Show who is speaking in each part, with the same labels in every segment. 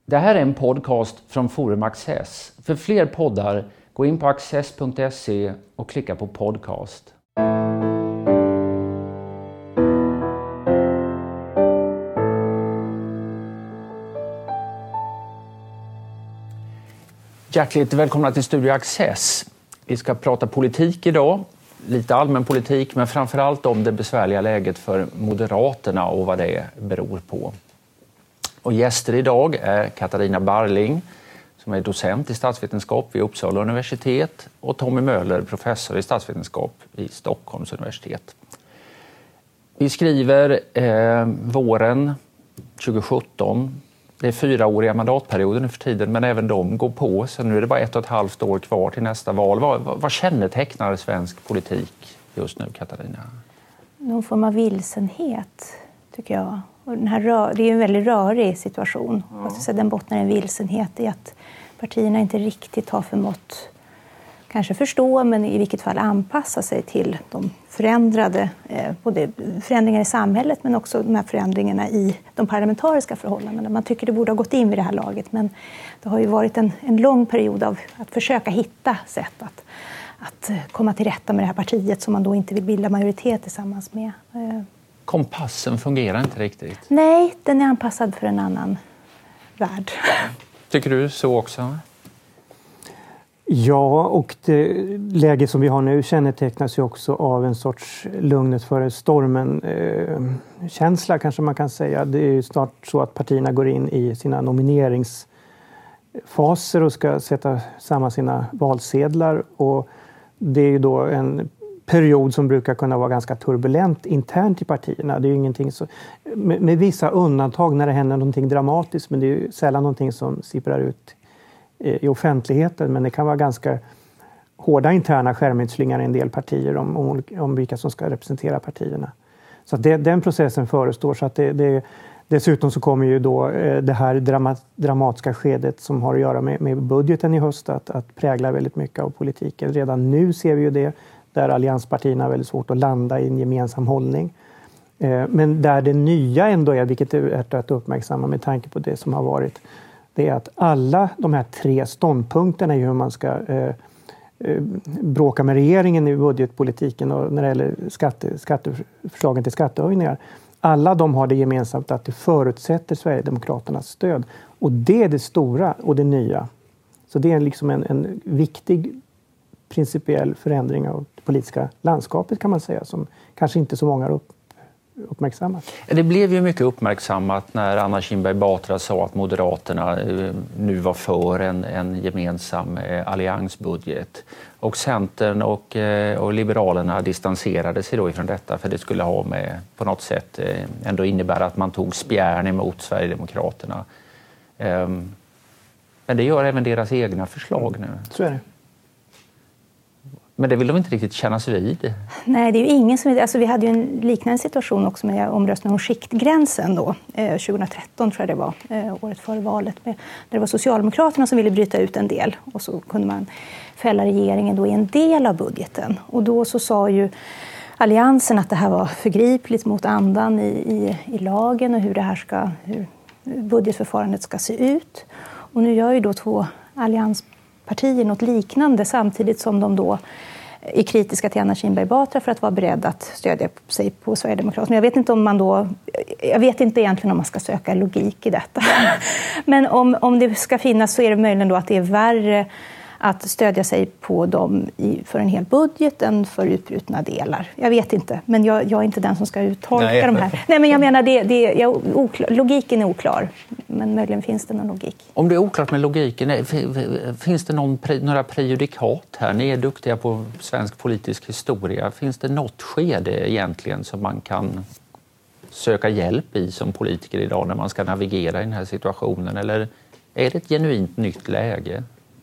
Speaker 1: Det här är en podcast från Forum Access. För fler poddar, gå in på access.se och klicka på podcast. Hjärtligt välkomna till Studio Access. Vi ska prata politik idag, lite allmän politik, men framförallt om det besvärliga läget för Moderaterna och vad det beror på. Och gäster idag är Katarina Barling, som är docent i statsvetenskap vid Uppsala universitet, och Tommy Möller, professor i statsvetenskap vid Stockholms universitet. Vi skriver våren 2017. Det är 4-åriga mandatperioder nu för tiden, men även de går på. Så nu är det bara 1,5 år kvar till nästa val. Vad kännetecknar svensk politik just nu, Katarina?
Speaker 2: Någon form av vilsenhet, tycker jag. Och det är en väldigt rörig situation. Ja. Den bottnar en vilsenhet i att partierna inte riktigt har förmått kanske förstå, men i vilket fall anpassa sig till de förändrade, både förändringar i samhället men också de här förändringarna i de parlamentariska förhållandena. Man tycker det borde ha gått in vid det här laget, men det har ju varit en lång period av att försöka hitta sätt att komma till rätta med det här partiet som man då inte vill bilda majoritet tillsammans med.
Speaker 1: Kompassen fungerar inte riktigt.
Speaker 2: Nej, den är anpassad för en annan värld.
Speaker 1: Tycker du så också?
Speaker 3: Ja, och det läge som vi har nu kännetecknas ju också av en sorts lugnet före stormen-känsla, kanske man kan säga. Det är ju snart så att partierna går in i sina nomineringsfaser och ska sätta samman sina valsedlar. Och det är ju då en period som brukar kunna vara ganska turbulent internt i partierna. Det är ju ingenting så, med vissa undantag när det händer någonting dramatiskt, men det är ju sällan någonting som sipprar ut i offentligheten, men det kan vara ganska hårda interna skärmytslingar i en del partier om vilka som ska representera partierna. Så att den processen förestår. Så att dessutom så kommer ju då det här dramatiska skedet som har att göra med budgeten i höst att prägla väldigt mycket av politiken. Redan nu ser vi ju det, där allianspartierna har väldigt svårt att landa i en gemensam hållning. Men där det nya ändå är, vilket är att uppmärksamma med tanke på det som har varit, det är att alla de här 3 ståndpunkterna i hur man ska bråka med regeringen i budgetpolitiken och när det gäller skatteförslagen till skattehöjningar. Alla de har det gemensamt att det förutsätter Sverigedemokraternas stöd. Och det är det stora och det nya. Så det är liksom en viktig principiell förändring av det politiska landskapet, kan man säga, som kanske inte så många har uppmärksammat.
Speaker 1: Det blev ju mycket uppmärksammat när Anna Kinberg Batra sa att Moderaterna nu var för en gemensam alliansbudget. Och Centern och Liberalerna distanserade sig då ifrån detta, för det skulle ha med på något sätt ändå innebära att man tog spjärn emot Sverigedemokraterna. Men det gör även deras egna förslag nu.
Speaker 3: Så är det.
Speaker 1: Men det vill de inte riktigt kännas vid.
Speaker 2: Nej, det är ju ingen som... Alltså vi hade ju en liknande situation också med omröstningen om skiktgränsen då. 2013 tror jag det var, året före valet. Där det var Socialdemokraterna som ville bryta ut en del. Och så kunde man fälla regeringen då i en del av budgeten. Och då så sa ju Alliansen att det här var förgripligt mot andan i lagen och hur budgetförfarandet ska se ut. Och nu gör ju då 2 allianspartier något liknande, samtidigt som de då är kritiska till Anna Kinberg Batra för att vara beredd att stödja sig på Sverigedemokraterna. Jag vet inte egentligen om man ska söka logik i detta. Men om det ska finnas, så är det möjligen då att det är värre att stödja sig på dem för en hel budget än för utbrutna delar. Jag vet inte, men jag är inte den som ska uttolka de här. Nej, men jag menar, logiken är oklar, men möjligen finns det någon logik.
Speaker 1: Om det är oklart med logiken, finns det några prejudikat här? Ni är duktiga på svensk politisk historia. Finns det något skede egentligen som man kan söka hjälp i som politiker idag när man ska navigera i den här situationen? Eller är det ett genuint nytt läge?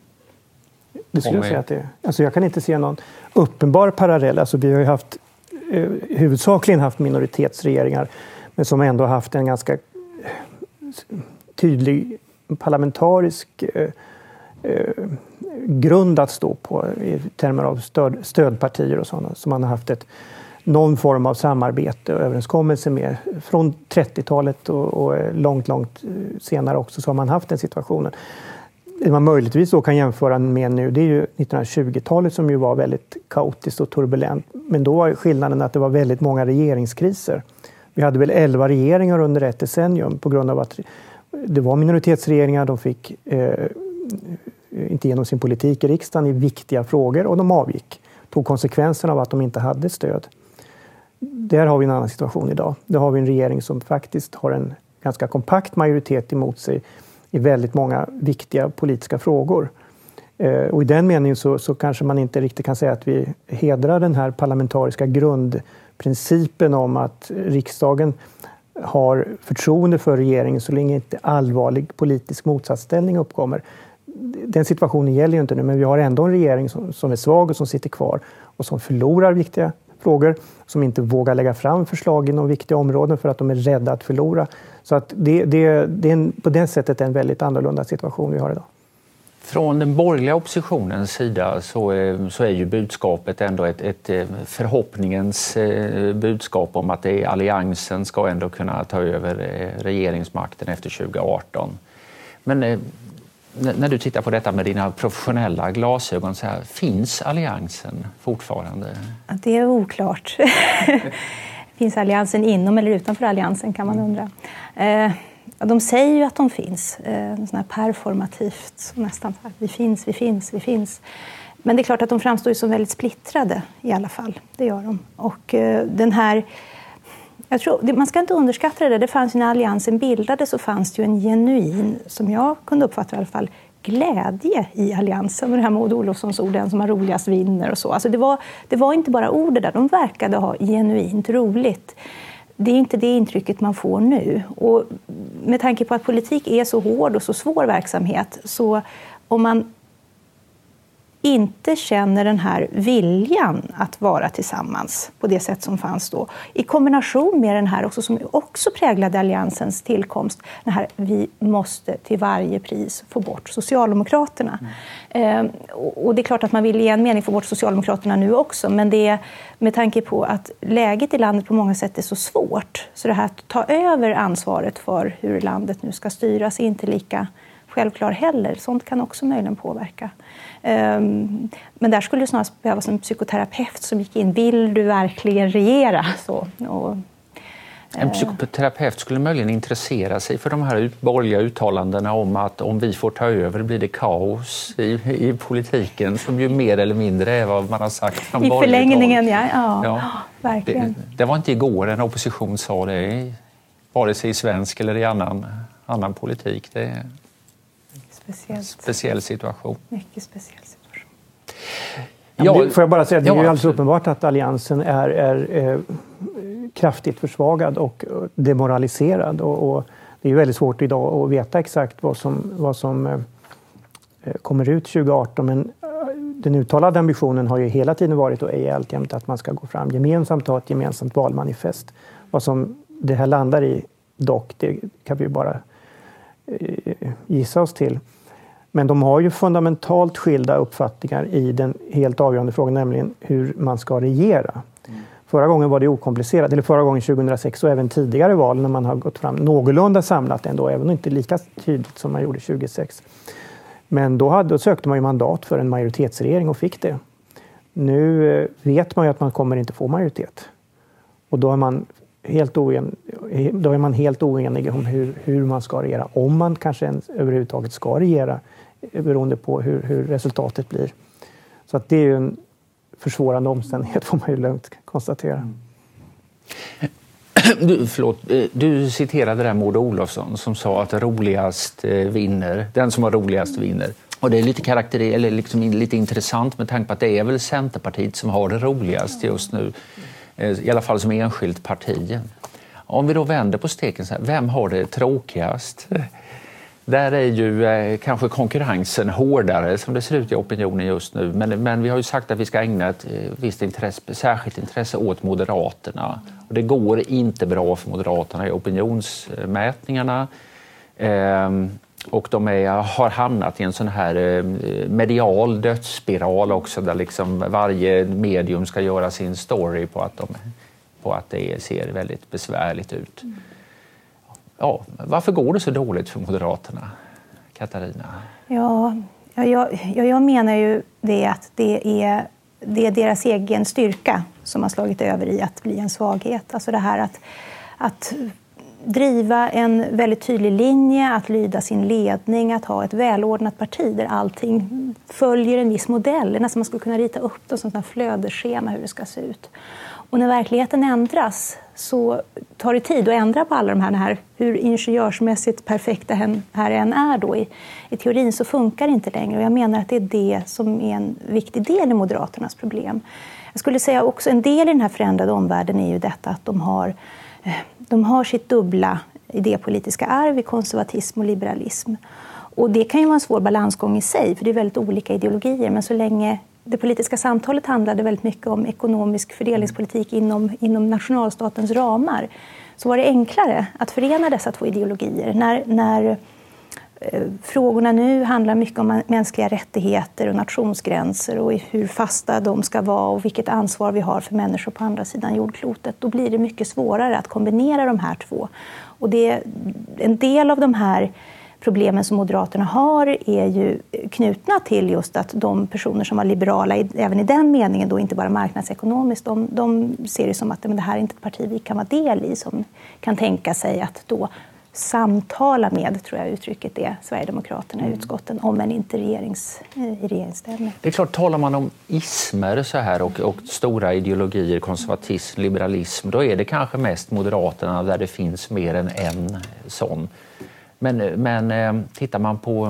Speaker 3: Det skulle jag säga att det är. Alltså jag kan inte se någon uppenbar parallell. Alltså vi har ju huvudsakligen haft minoritetsregeringar, men som ändå haft en ganska tydlig parlamentarisk grund att stå på i termer av stödpartier och sådana. Så man har haft ett någon form av samarbete och överenskommelse med. Från 30-talet och långt senare också så har man haft den situationen. Det man möjligtvis då kan jämföra med nu, det är ju 1920-talet som ju var väldigt kaotiskt och turbulent. Men då var skillnaden att det var väldigt många regeringskriser. Vi hade väl 11 regeringar under ett decennium på grund av att det var minoritetsregeringar, de fick inte genom sin politik i riksdagen i viktiga frågor och de avgick. Tog konsekvenserna av att de inte hade stöd. Där har vi en annan situation idag. Där har vi en regering som faktiskt har en ganska kompakt majoritet emot sig i väldigt många viktiga politiska frågor. Och i den meningen så kanske man inte riktigt kan säga att vi hedrar den här parlamentariska grundprincipen om att riksdagen har förtroende för regeringen så länge inte allvarlig politisk motsatsställning uppkommer. Den situationen gäller ju inte nu, men vi har ändå en regering som är svag och som sitter kvar och som förlorar viktiga frågor, som inte vågar lägga fram förslag inom viktiga områden för att de är rädda att förlora. Så att det är på det sättet en väldigt annorlunda situation vi har idag.
Speaker 1: Från den borgerliga oppositionens sida så är ju budskapet ändå ett förhoppningens budskap om att alliansen ska ändå kunna ta över regeringsmakten efter 2018. Men när du tittar på detta med dina professionella glasögon, så här, finns alliansen fortfarande?
Speaker 2: Det är oklart. Finns alliansen inom eller utanför alliansen, kan man undra. De säger ju att de finns, sån här performativt, nästan så här, vi finns. Men det är klart att de framstår ju som väldigt splittrade i alla fall, det gör de. Och den här, jag tror, man ska inte underskatta det. Det fanns ju när alliansen bildades så fanns det ju en genuin, som jag kunde uppfatta i alla fall, glädje i alliansen. Och det här med Maud Olofssons ord, den som har roligast vinner och så. Alltså det var inte bara ord där, de verkade ha genuint roligt. Det är inte det intrycket man får nu. Och med tanke på att politik är så hård och så svår verksamhet, så om man inte känner den här viljan att vara tillsammans på det sätt som fanns då, i kombination med den här också, som också präglade alliansens tillkomst, den här vi måste till varje pris få bort Socialdemokraterna. Och det är klart att man vill i en mening få bort Socialdemokraterna nu också, men det är med tanke på att läget i landet på många sätt är så svårt, så det här att ta över ansvaret för hur landet nu ska styras är inte lika självklart heller. Sånt kan också möjligen påverka. Men där skulle det snarast behövas en psykoterapeut som gick in. Vill du verkligen regera?
Speaker 1: En psykoterapeut skulle möjligen intressera sig för de här borgerliga uttalandena om att om vi får ta över blir det kaos i politiken, som ju mer eller mindre är vad man har sagt från
Speaker 2: i förlängningen,
Speaker 1: ja,
Speaker 2: verkligen.
Speaker 1: Det var inte igår en opposition sa det, vare sig i svensk eller i annan politik. Det är en speciell situation.
Speaker 2: Mycket speciell situation.
Speaker 3: Får jag bara säga att det är ju alldeles uppenbart att alliansen är kraftigt försvagad och demoraliserad. Och det är ju väldigt svårt idag att veta exakt vad som kommer ut 2018. Men den uttalade ambitionen har ju hela tiden varit och är alltjämt att man ska gå fram gemensamt och ha ett gemensamt valmanifest. Vad som det här landar i dock, det kan vi ju bara gissa oss till. Men de har ju fundamentalt skilda uppfattningar i den helt avgörande frågan, nämligen hur man ska regera. Förra gången var det okomplicerat, eller förra gången 2006 och även tidigare val när man har gått fram någorlunda samlat ändå, även om inte lika tydligt som man gjorde 2006. Men då sökte man ju mandat för en majoritetsregering och fick det. Nu vet man ju att man kommer inte få majoritet. Och då är man helt oenig om hur man ska regera. Om man kanske ens överhuvudtaget ska regera, beroende på hur resultatet blir. Så att det är ju en försvårande omständighet, får man ju lugnt konstatera.
Speaker 1: Du citerade där Maud Olofsson som sa att roligast vinner, den som har roligast vinner. Och det är lite intressant med tanke på att det är väl Centerpartiet som har det roligast just nu. I alla fall som enskilt parti. Om vi då vänder på steken så här, vem har det tråkigast? Där är ju kanske konkurrensen hårdare som det ser ut i opinionen just nu. Men vi har ju sagt att vi ska ägna ett visst särskilt intresse åt Moderaterna. Och det går inte bra för Moderaterna i opinionsmätningarna. Och de har hamnat i en sån här medial dödsspiral också, där liksom varje medium ska göra sin story på att det ser väldigt besvärligt ut. Ja, varför går det så dåligt för Moderaterna, Katarina?
Speaker 2: Jag menar ju det att det är deras egen styrka som har slagit över i att bli en svaghet. Alltså det här att driva en väldigt tydlig linje, att lyda sin ledning, att ha ett välordnat parti där allting följer en viss modell. Det är nästan man skulle kunna rita upp ett sånt här flödesschema hur det ska se ut. Och när verkligheten ändras så tar det tid att ändra på alla de här hur ingenjörsmässigt perfekt det här än är då. I teorin så funkar det inte längre, och jag menar att det är det som är en viktig del i Moderaternas problem. Jag skulle säga också en del i den här förändrade omvärlden är ju detta att de har sitt dubbla idépolitiska arv i konservatism och liberalism. Och det kan ju vara en svår balansgång i sig, för det är väldigt olika ideologier, men så länge det politiska samtalet handlade väldigt mycket om ekonomisk fördelningspolitik inom nationalstatens ramar, så var det enklare att förena dessa två ideologier. När frågorna nu handlar mycket om mänskliga rättigheter och nationsgränser och hur fasta de ska vara och vilket ansvar vi har för människor på andra sidan jordklotet, då blir det mycket svårare att kombinera de här två. Och en del av de här problemen som Moderaterna har är ju knutna till just att de personer som var liberala även i den meningen, då inte bara marknadsekonomiskt, de ser det som att det här är inte ett parti vi kan vara del i, som kan tänka sig att då samtala med, tror jag uttrycket är, Sverigedemokraterna i utskotten, om än inte i regeringsställning.
Speaker 1: Det är klart, talar man om ismer så här och stora ideologier, konservatism, liberalism, då är det kanske mest Moderaterna där det finns mer än en sån. Men tittar man på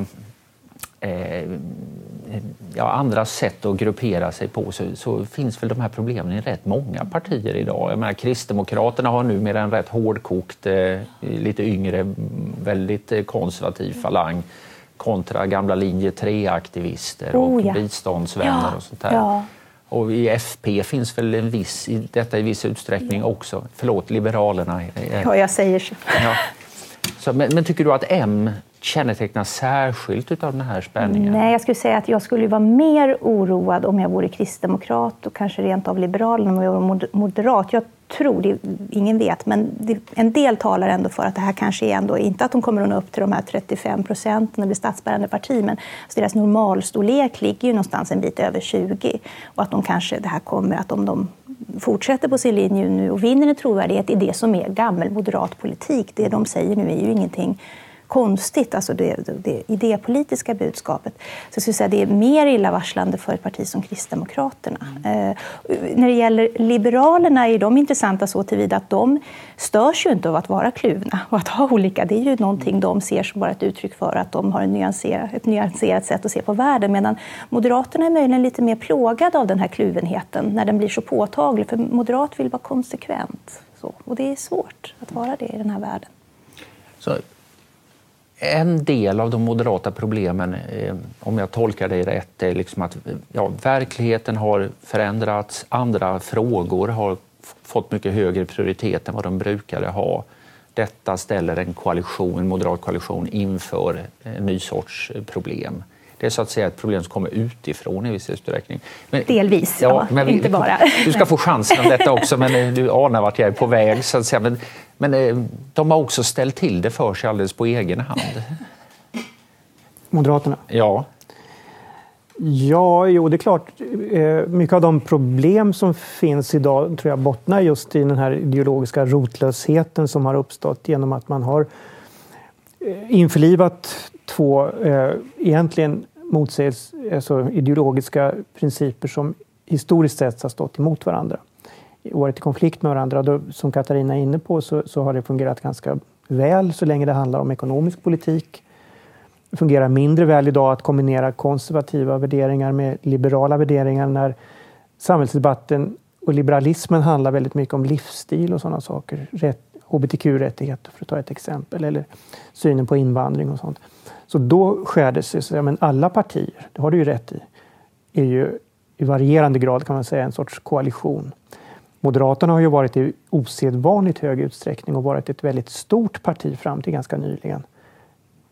Speaker 1: andra sätt att gruppera sig på så finns väl de här problemen i rätt många partier idag. Jag menar, Kristdemokraterna har numera en rätt hårdkokt, lite yngre, väldigt konservativ falang kontra gamla linje 3-aktivister och biståndsvänner och sånt där. Ja. Och i FP finns väl detta i viss utsträckning också. Förlåt, Liberalerna.
Speaker 2: Ja, jag säger så.
Speaker 1: Ja. Men tycker du att M kännetecknas särskilt av den här spänningen?
Speaker 2: Nej, jag skulle säga att jag skulle vara mer oroad om jag vore kristdemokrat och kanske rent av liberal om jag vore moderat. Jag tror, ingen vet, men en del talar ändå för att det här kanske är ändå, inte att de kommer att nå upp till de här 35% när det blir statsbärande parti, men alltså deras normalstorlek ligger ju någonstans en bit över 20. Och att de kanske, det här kommer att om de fortsätter på sin linje nu och vinner en trovärdighet i det som är gammal moderat politik, det de säger nu är ju ingenting konstigt, alltså det idépolitiska budskapet. Så jag skulle säga att det är mer illavarslande för ett parti som Kristdemokraterna. När det gäller Liberalerna är de intressanta så tillvida att de störs ju inte av att vara kluvna och att ha olika. Det är ju någonting de ser som bara ett uttryck för att de har ett nyanserat sätt att se på världen, medan Moderaterna är möjligen lite mer plågade av den här kluvenheten när den blir så påtaglig, för Moderat vill vara konsekvent. Och det är svårt att vara det i den här världen.
Speaker 1: Så en del av de moderata problemen, om jag tolkar det rätt, är liksom att verkligheten har förändrats. Andra frågor har fått mycket högre prioritet än vad de brukade ha. Detta ställer en moderat koalition inför en ny sorts problem. Det är så att säga ett problem som kommer utifrån i viss utsträckning.
Speaker 2: Delvis, men inte bara.
Speaker 1: Du ska få chansen om detta också, men du anar vart jag är på väg. Så att säga. Men de har också ställt till det för sig alldeles på egen hand.
Speaker 3: Moderaterna?
Speaker 1: Ja.
Speaker 3: Ja, det är klart. Mycket av de problem som finns idag tror jag bottnar just i den här ideologiska rotlösheten som har uppstått genom att man har införlivat två egentligen alltså ideologiska principer som historiskt sett har stått emot varandra. Varit i konflikt med varandra. Då, som Katarina är inne på så har det fungerat ganska väl så länge det handlar om ekonomisk politik. Det fungerar mindre väl idag att kombinera konservativa värderingar med liberala värderingar när samhällsdebatten och liberalismen handlar väldigt mycket om livsstil och sådana saker. HBTQ-rättigheter för att ta ett exempel, eller synen på invandring och sånt. Så då skär det sig, men alla partier, det har du ju rätt i, är ju i varierande grad kan man säga en sorts koalition. Moderaterna har ju varit i osedvanligt hög utsträckning och varit ett väldigt stort parti fram till ganska nyligen.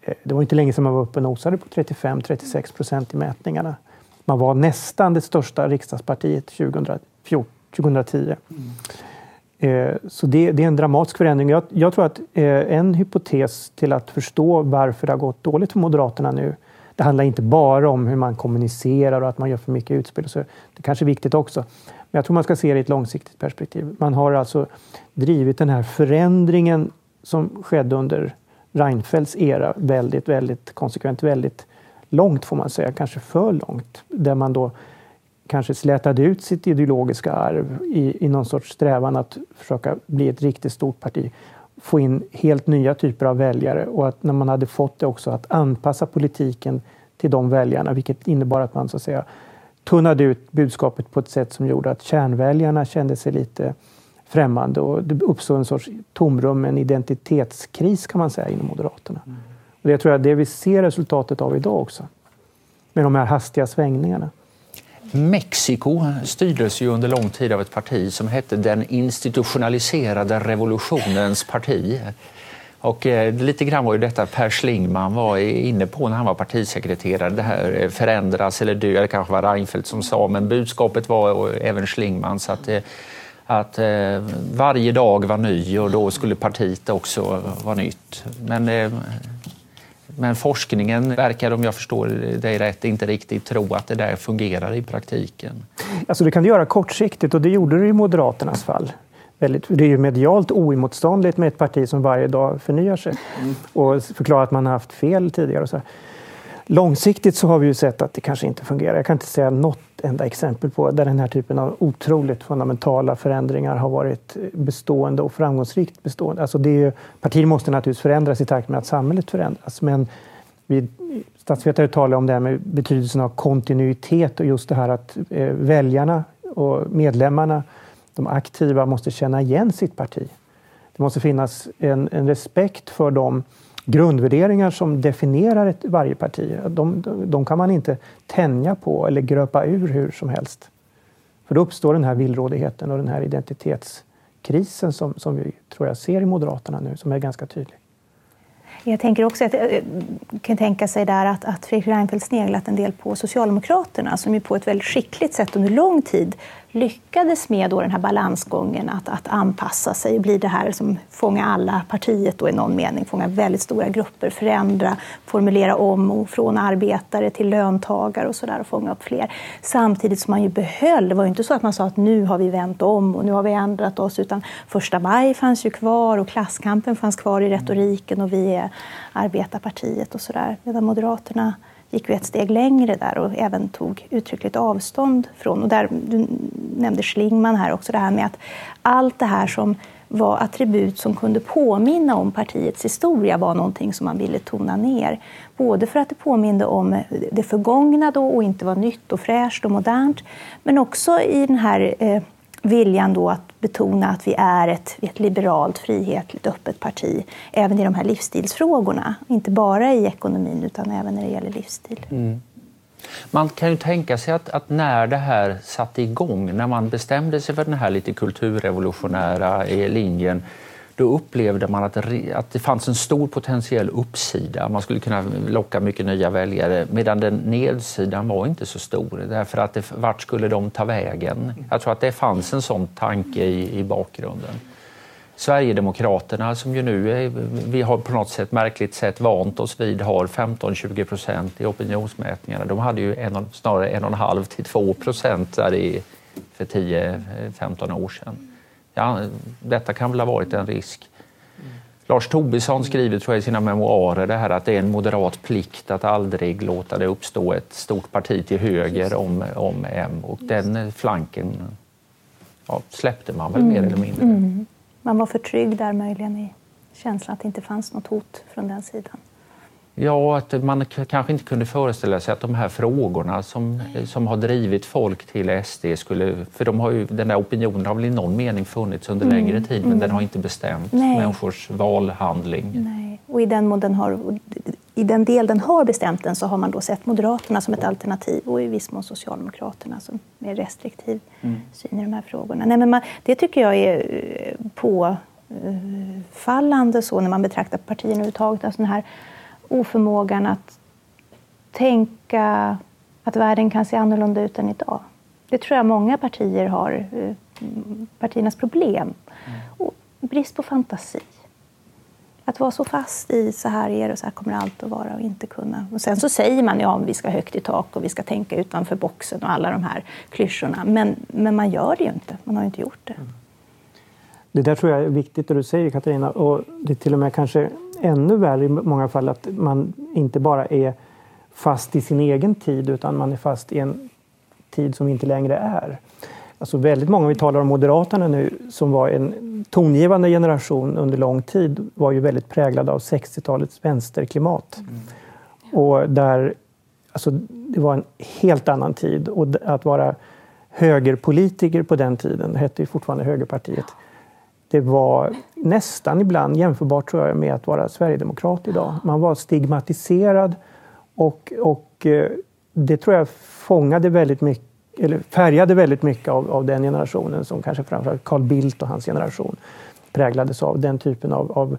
Speaker 3: Det var inte länge sedan man var uppe och nosade på 35-36% i mätningarna. Man var nästan det största riksdagspartiet 2010. Så det är en dramatisk förändring. Jag tror att en hypotes till att förstå varför det har gått dåligt för Moderaterna nu, det handlar inte bara om hur man kommunicerar och att man gör för mycket utspel. Så det kanske är viktigt också. Men jag tror man ska se det i ett långsiktigt perspektiv. Man har alltså drivit den här förändringen som skedde under Reinfeldts era väldigt, väldigt konsekvent, väldigt långt får man säga, kanske för långt. Där man då kanske slätade ut sitt ideologiska arv i någon sorts strävan att försöka bli ett riktigt stort parti. Få in helt nya typer av väljare och att när man hade fått det också att anpassa politiken till de väljarna, vilket innebar att man så att säga tunnade ut budskapet på ett sätt som gjorde att kärnväljarna kände sig lite främmande och det uppstod en sorts tomrum, en identitetskris kan man säga inom Moderaterna. Och det tror jag det vi ser resultatet av idag också. Med de här hastiga svängningarna.
Speaker 1: Mexiko styrdes ju under lång tid av ett parti som hette den institutionaliserade revolutionens parti. Och lite grann var ju detta Per Schlingmann var inne på när han var partisekreterare. Det här förändras eller dö, det kanske var Reinfeldt som sa, men budskapet var även Schlingmann så att varje dag var ny och då skulle partiet också vara nytt. Men forskningen verkar, om jag förstår det rätt, inte riktigt tro att det där fungerar i praktiken.
Speaker 3: Alltså det kan det göra kortsiktigt och det gjorde det i Moderaternas fall. Det är ju medialt oemotståndligt med ett parti som varje dag förnyar sig och förklarar att man har haft fel tidigare. Och så här. Långsiktigt så har vi ju sett att det kanske inte fungerar. Jag kan inte säga något enda exempel på där den här typen av otroligt fundamentala förändringar har varit bestående och framgångsrikt bestående. Alltså partier måste naturligtvis förändras i takt med att samhället förändras. Men statsvetare talar om det här med betydelsen av kontinuitet och just det här att väljarna och medlemmarna, de aktiva, måste känna igen sitt parti. Det måste finnas en respekt för de grundvärderingar som definierar varje parti. De kan man inte tänja på eller gröpa ur hur som helst. För då uppstår den här villrådigheten och den här identitetskrisen som vi tror jag ser i Moderaterna nu, som är ganska tydlig.
Speaker 2: Jag tänker också att kan tänka sig där att Fredrik Reinfeldt sneglat en del på Socialdemokraterna som ju på ett väldigt skickligt sätt under lång tid lyckades med då den här balansgången att anpassa sig och bli det här som fångar alla partiet då i någon mening, fånga väldigt stora grupper, förändra, formulera om och från arbetare till löntagare och sådär och fånga upp fler. Samtidigt som man ju behöll, det var ju inte så att man sa att nu har vi vänt om och nu har vi ändrat oss, utan 1 maj fanns ju kvar och klasskampen fanns kvar i retoriken och vi är arbetarpartiet och sådär. Medan Moderaterna gick vi ett steg längre där och även tog uttryckligt avstånd från. Och där, du nämnde Schlingmann här också, det här med att allt det här som var attribut som kunde påminna om partiets historia var någonting som man ville tona ner. Både för att det påminde om det förgångna då och inte var nytt och fräscht och modernt, men också i den här viljan då att betona att vi är ett liberalt, frihetligt, öppet parti även i de här livsstilsfrågorna. Inte bara i ekonomin utan även när det gäller livsstil.
Speaker 1: Mm. Man kan ju tänka sig att när det här satte igång, när man bestämde sig för den här lite kulturrevolutionära linjen, då upplevde man att det fanns en stor potentiell uppsida. Man skulle kunna locka mycket nya väljare, medan den nedsidan var inte så stor. Därför att vart skulle de ta vägen? Jag tror att det fanns en sån tanke i bakgrunden. Sverigedemokraterna, som ju nu vi har på något sätt märkligt sätt vant oss vid, har 15-20% i opinionsmätningarna. De hade ju snarare 1,5-2% där för 10-15 år sedan. Ja, detta kan väl ha varit en risk. Lars Tobisson skriver, tror jag, i sina memoarer det här att det är en moderat plikt att aldrig låta det uppstå ett stort parti till höger om M. Och den flanken släppte man väl mer eller mindre.
Speaker 2: Mm. Man var för trygg där möjligen i känslan att det inte fanns något hot från den sidan.
Speaker 1: Ja, att man kanske inte kunde föreställa sig att de här frågorna som har drivit folk till SD skulle... För den där opinionen har väl i någon mening funnits under längre tid, men den har inte bestämt människors valhandling. Nej.
Speaker 2: Och i den del den har bestämt den så har man då sett Moderaterna som ett alternativ och i viss mån Socialdemokraterna som mer restriktiv syn i de här frågorna. Nej, men det tycker jag är påfallande så när man betraktar partierna överhuvudtaget. Alltså den här oförmågan att tänka att världen kan se annorlunda ut än idag. Det tror jag många partier har, partiernas problem. Och brist på fantasi. Att vara så fast i så här är det och så här kommer allt att vara och inte kunna. Och sen så säger man om vi ska ha högt i tak och vi ska tänka utanför boxen och alla de här klyschorna. Men man gör det ju inte. Man har ju inte gjort det.
Speaker 3: Det där tror jag är viktigt det du säger, Katarina. Och det är till och med kanske ännu värre i många fall att man inte bara är fast i sin egen tid utan man är fast i en tid som inte längre är. Alltså väldigt många, vi talar om Moderaterna nu, som var en tongivande generation under lång tid, var ju väldigt präglad av 60-talets vänsterklimat. Och där, alltså, det var en helt annan tid. Och att vara högerpolitiker på den tiden, det hette ju fortfarande Högerpartiet, det var nästan ibland jämförbart tror jag med att vara sverigedemokrat idag. Man var stigmatiserad och det tror jag fångade väldigt mycket, eller färgade väldigt mycket av den generationen som kanske framförallt Carl Bildt och hans generation präglades av. Den typen av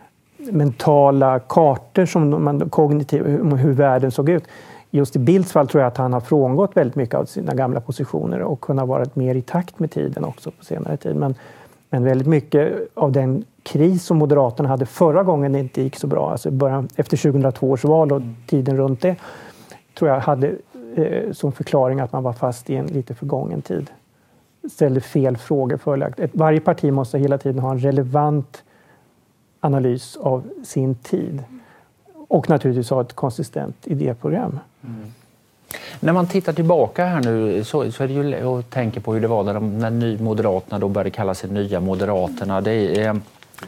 Speaker 3: mentala kartor som man kognitiv hur världen såg ut. Just i Bildts fall tror jag att han har frångått väldigt mycket av sina gamla positioner och kunnat vara mer i takt med tiden också på senare tid. Men väldigt mycket av den kris som Moderaterna hade förra gången det inte gick så bra, alltså efter 2002 års val och tiden runt det, tror jag hade som förklaring att man var fast i en lite förgången tid. Ställde fel frågor förelagt. Varje parti måste hela tiden ha en relevant analys av sin tid. Och naturligtvis ha ett konsistent idéprogram.
Speaker 1: När man tittar tillbaka här nu så är det ju och tänker på hur det var när Moderaterna då började kalla sig Nya Moderaterna. Det är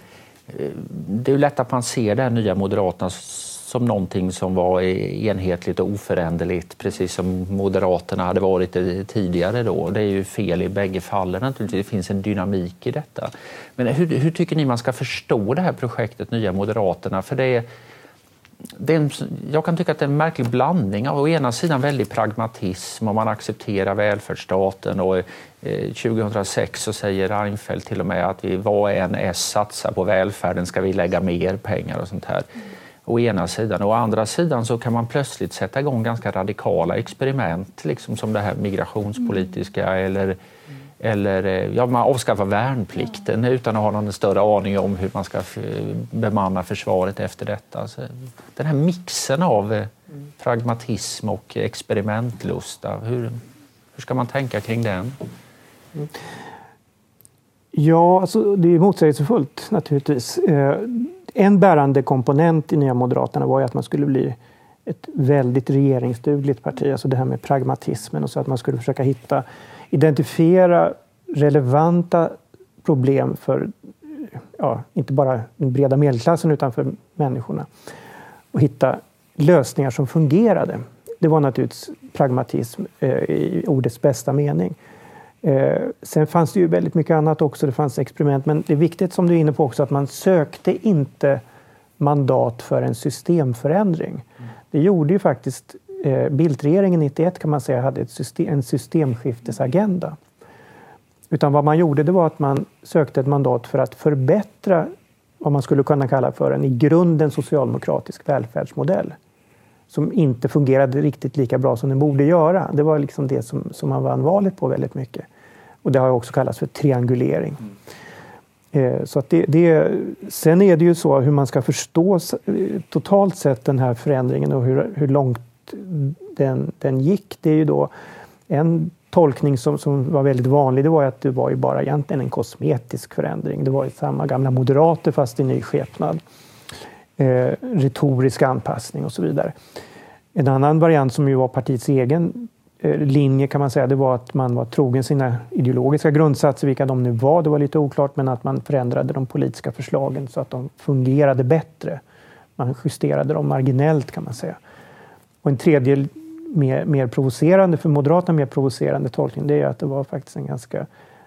Speaker 1: ju lätt att man ser det här Nya Moderaterna som någonting som var enhetligt och oföränderligt, precis som Moderaterna hade varit tidigare då. Det är ju fel i bägge fallen naturligtvis. Det finns en dynamik i detta. Men hur tycker ni man ska förstå det här projektet Nya Moderaterna? För jag kan tycka att det är en märklig blandning av å ena sidan väldigt pragmatism och man accepterar välfärdsstaten och 2006 så säger Reinfeldt till och med att vi vad än satsar på välfärden ska vi lägga mer pengar och sånt här. Å ena sidan. Å andra sidan så kan man plötsligt sätta igång ganska radikala experiment liksom som det här migrationspolitiska eller man avskaffar värnplikten utan att ha någon större aning om hur man ska bemanna försvaret efter detta. Så den här mixen av pragmatism och experimentlusta, hur ska man tänka kring den?
Speaker 3: Ja, alltså, det är motsägelsefullt naturligtvis. En bärande komponent i Nya Moderaterna var ju att man skulle bli ett väldigt regeringsdugligt parti. Alltså det här med pragmatismen och så att man skulle försöka identifiera relevanta problem för inte bara den breda medelklassen utan för människorna. Och hitta lösningar som fungerade. Det var naturligtvis pragmatism i ordets bästa mening. Sen fanns det ju väldigt mycket annat också. Det fanns experiment. Men det är viktigt som du är inne på också att man sökte inte mandat för en systemförändring. Det gjorde ju faktiskt Bildt-regeringen 91 kan man säga hade en systemskiftesagenda. Utan vad man gjorde det var att man sökte ett mandat för att förbättra vad man skulle kunna kalla för en i grunden socialdemokratisk välfärdsmodell. Som inte fungerade riktigt lika bra som den borde göra. Det var liksom det som man vann valet på väldigt mycket. Och det har också kallats för triangulering. Så att sen är det ju så hur man ska förstå totalt sett den här förändringen och hur långt den gick. Det är ju då en tolkning som var väldigt vanlig. Det var att det var ju bara egentligen en kosmetisk förändring. Det var ju samma gamla moderater fast i ny skepnad. Retorisk anpassning och så vidare. En annan variant som ju var partiets egen linje kan man säga, det var att man var trogen sina ideologiska grundsatser, vilka de nu var, det var lite oklart, men att man förändrade de politiska förslagen så att de fungerade bättre. Man justerade dem marginellt kan man säga. Och en tredje mer provocerande, för Moderaterna mer provocerande tolkning, det är att det var faktiskt en ganska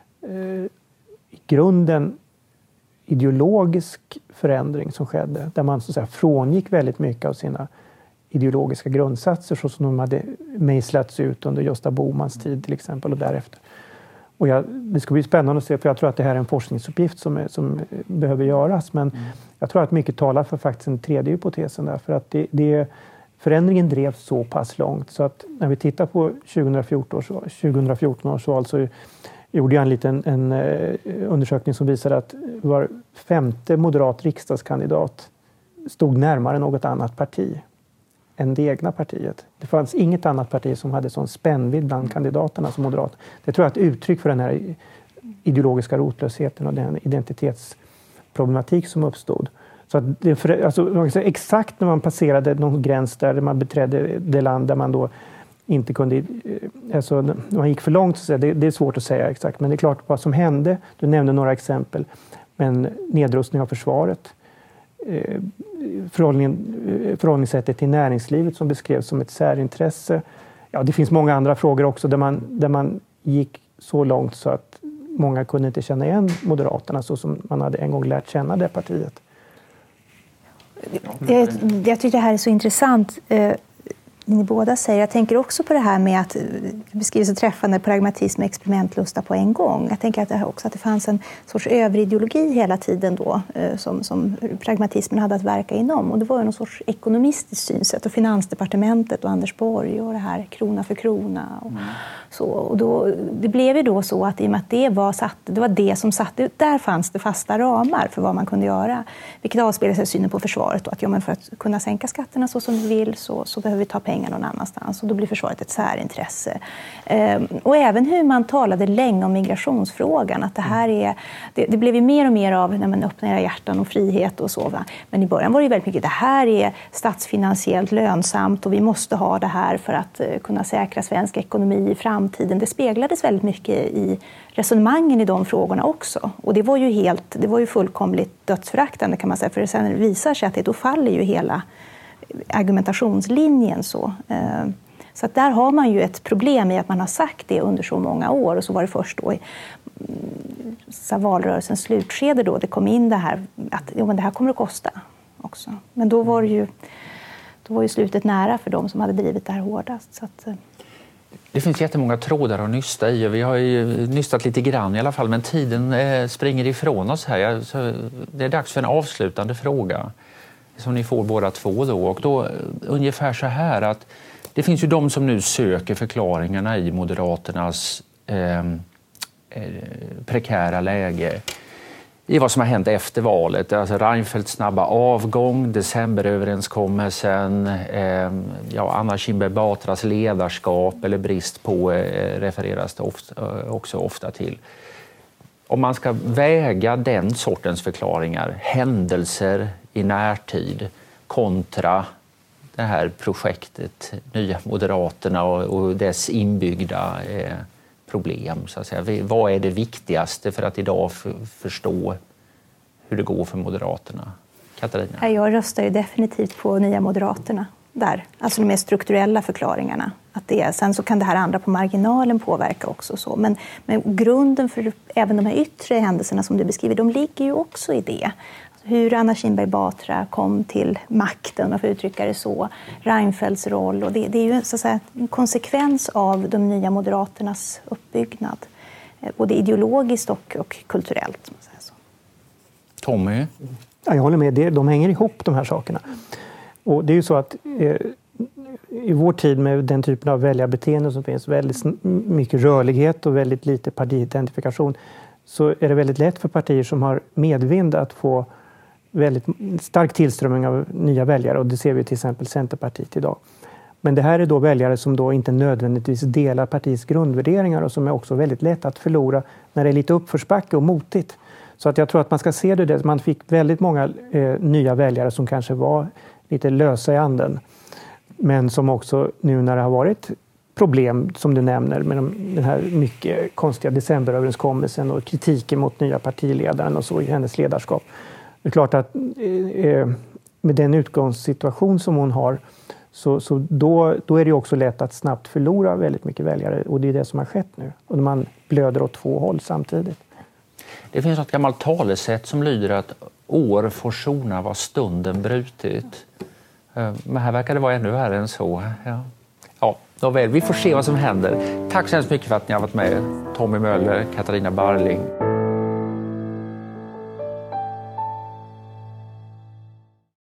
Speaker 3: i grunden ideologisk förändring som skedde, där man så att säga frångick väldigt mycket av sina ideologiska grundsatser så som de hade mejslats ut under Gösta Bohmans tid till exempel och därefter. Och det ska bli spännande att se, för jag tror att det här är en forskningsuppgift som behöver göras. Men jag tror att mycket talar för faktiskt en tredje hypotesen där. För att förändringen drevs så pass långt så att när vi tittar på 2014 års val så gjorde jag en liten undersökning som visade att var femte moderat riksdagskandidat stod närmare något annat parti än det egna partiet. Det fanns inget annat parti som hade sån spännvidd bland kandidaterna som moderat. Det tror jag är ett uttryck för den här ideologiska rotlösheten och den identitetsproblematik som uppstod. Så att exakt när man passerade någon gräns där man beträdde det land där man då inte kunde, alltså när man gick för långt, så det är svårt att säga exakt, men det är klart vad som hände. Du nämnde några exempel, men nedrustning av försvaret, förhållningssättet till näringslivet som beskrevs som ett särintresse. Ja, det finns många andra frågor också där man gick så långt så att många kunde inte känna igen Moderaterna så som man hade en gång lärt känna det partiet.
Speaker 2: Jag tycker det här är så intressant. Ni båda säger. Jag tänker också på det här med att det beskrivs så träffande pragmatism och experimentlusta på en gång. Jag tänker att det fanns en sorts överideologi hela tiden då som pragmatismen hade att verka inom. Och det var ju någon sorts ekonomistiskt synsätt och Finansdepartementet och Anders Borg och det här krona för krona. Och så. Och då, det blev ju då så att i och med att det var det som satte ut, där fanns det fasta ramar för vad man kunde göra. Vilket avspeglar sig i synen på försvaret. Och att för att kunna sänka skatterna så som vi vill så behöver vi ta pengar någon annanstans och då blir försvaret ett särintresse. Och även hur man talade länge om migrationsfrågan, att det blev ju mer och mer av när man öppnar era hjärtan och frihet och så. Va? Men i början var det ju väldigt mycket, det här är statsfinansiellt lönsamt och vi måste ha det här för att kunna säkra svensk ekonomi i framtiden. Det speglades väldigt mycket i resonemangen i de frågorna också. Och det var ju fullkomligt dödsföraktande kan man säga, för det sen visar sig att då faller ju hela argumentationslinjen så. Så att där har man ju ett problem i att man har sagt det under så många år och så var det först då i valrörelsens slutskede då det kom in det här att men det här kommer att kosta också. Men då var ju slutet nära för de som hade drivit det här hårdast. Så att,
Speaker 1: det finns jättemånga trådar att nysta i. Vi har ju nystat lite grann i alla fall, men tiden springer ifrån oss här. Så det är dags för en avslutande fråga som ni får båda två då. Och då ungefär så här att det finns ju de som nu söker förklaringarna i Moderaternas prekära läge i vad som har hänt efter valet. Alltså Reinfeldts snabba avgång, decemberöverenskommelsen, Anna Kinberg Batras ledarskap eller brist på refereras det också ofta till. Om man ska väga den sortens förklaringar, händelser i närtid kontra det här projektet Nya Moderaterna och dess inbyggda problem. Så att säga. Vad är det viktigaste för att idag förstå hur det går för Moderaterna? Katarina?
Speaker 2: Jag röstar ju definitivt på Nya Moderaterna där. Alltså de mer strukturella förklaringarna. Sen så kan det här andra på marginalen påverka också. Så. Men grunden för även de här yttre händelserna som du beskriver, de ligger ju också i det. Hur Anna Kinberg Batra kom till makten, om jag får uttrycka det så. Reinfeldts roll. Och det är ju så att säga, en konsekvens av de Nya Moderaternas uppbyggnad. Både ideologiskt och kulturellt. Så.
Speaker 1: Tommy?
Speaker 3: Ja, jag håller med. De hänger ihop de här sakerna. Och det är ju så att i vår tid med den typen av väljarbeteende som finns väldigt mycket rörlighet och väldigt lite partiidentifikation så är det väldigt lätt för partier som har medvind att få väldigt stark tillströmning av nya väljare och det ser vi till exempel Centerpartiet idag. Men det här är då väljare som då inte nödvändigtvis delar partiets grundvärderingar och som är också väldigt lätt att förlora när det är lite uppförsbacke och motigt. Så att jag tror att man ska se det. Man fick väldigt många nya väljare som kanske var lite lösa i anden. Men som också nu när det har varit problem som du nämner med den här mycket konstiga decemberöverenskommelsen och kritiken mot nya partiledaren och så i hennes ledarskap. Det är klart att med den utgångssituation som hon har så då är det också lätt att snabbt förlora väldigt mycket väljare och det är det som har skett nu. Och man blöder åt två håll samtidigt.
Speaker 1: Det finns ett gammalt talesätt som lyder att år får sona vad stunden brutit. Men här verkar det vara ännu värre än så. Ja. Ja, nåväl, vi får se vad som händer. Tack så hemskt mycket för att ni har varit med. Tommy Möller, Katarina Barling.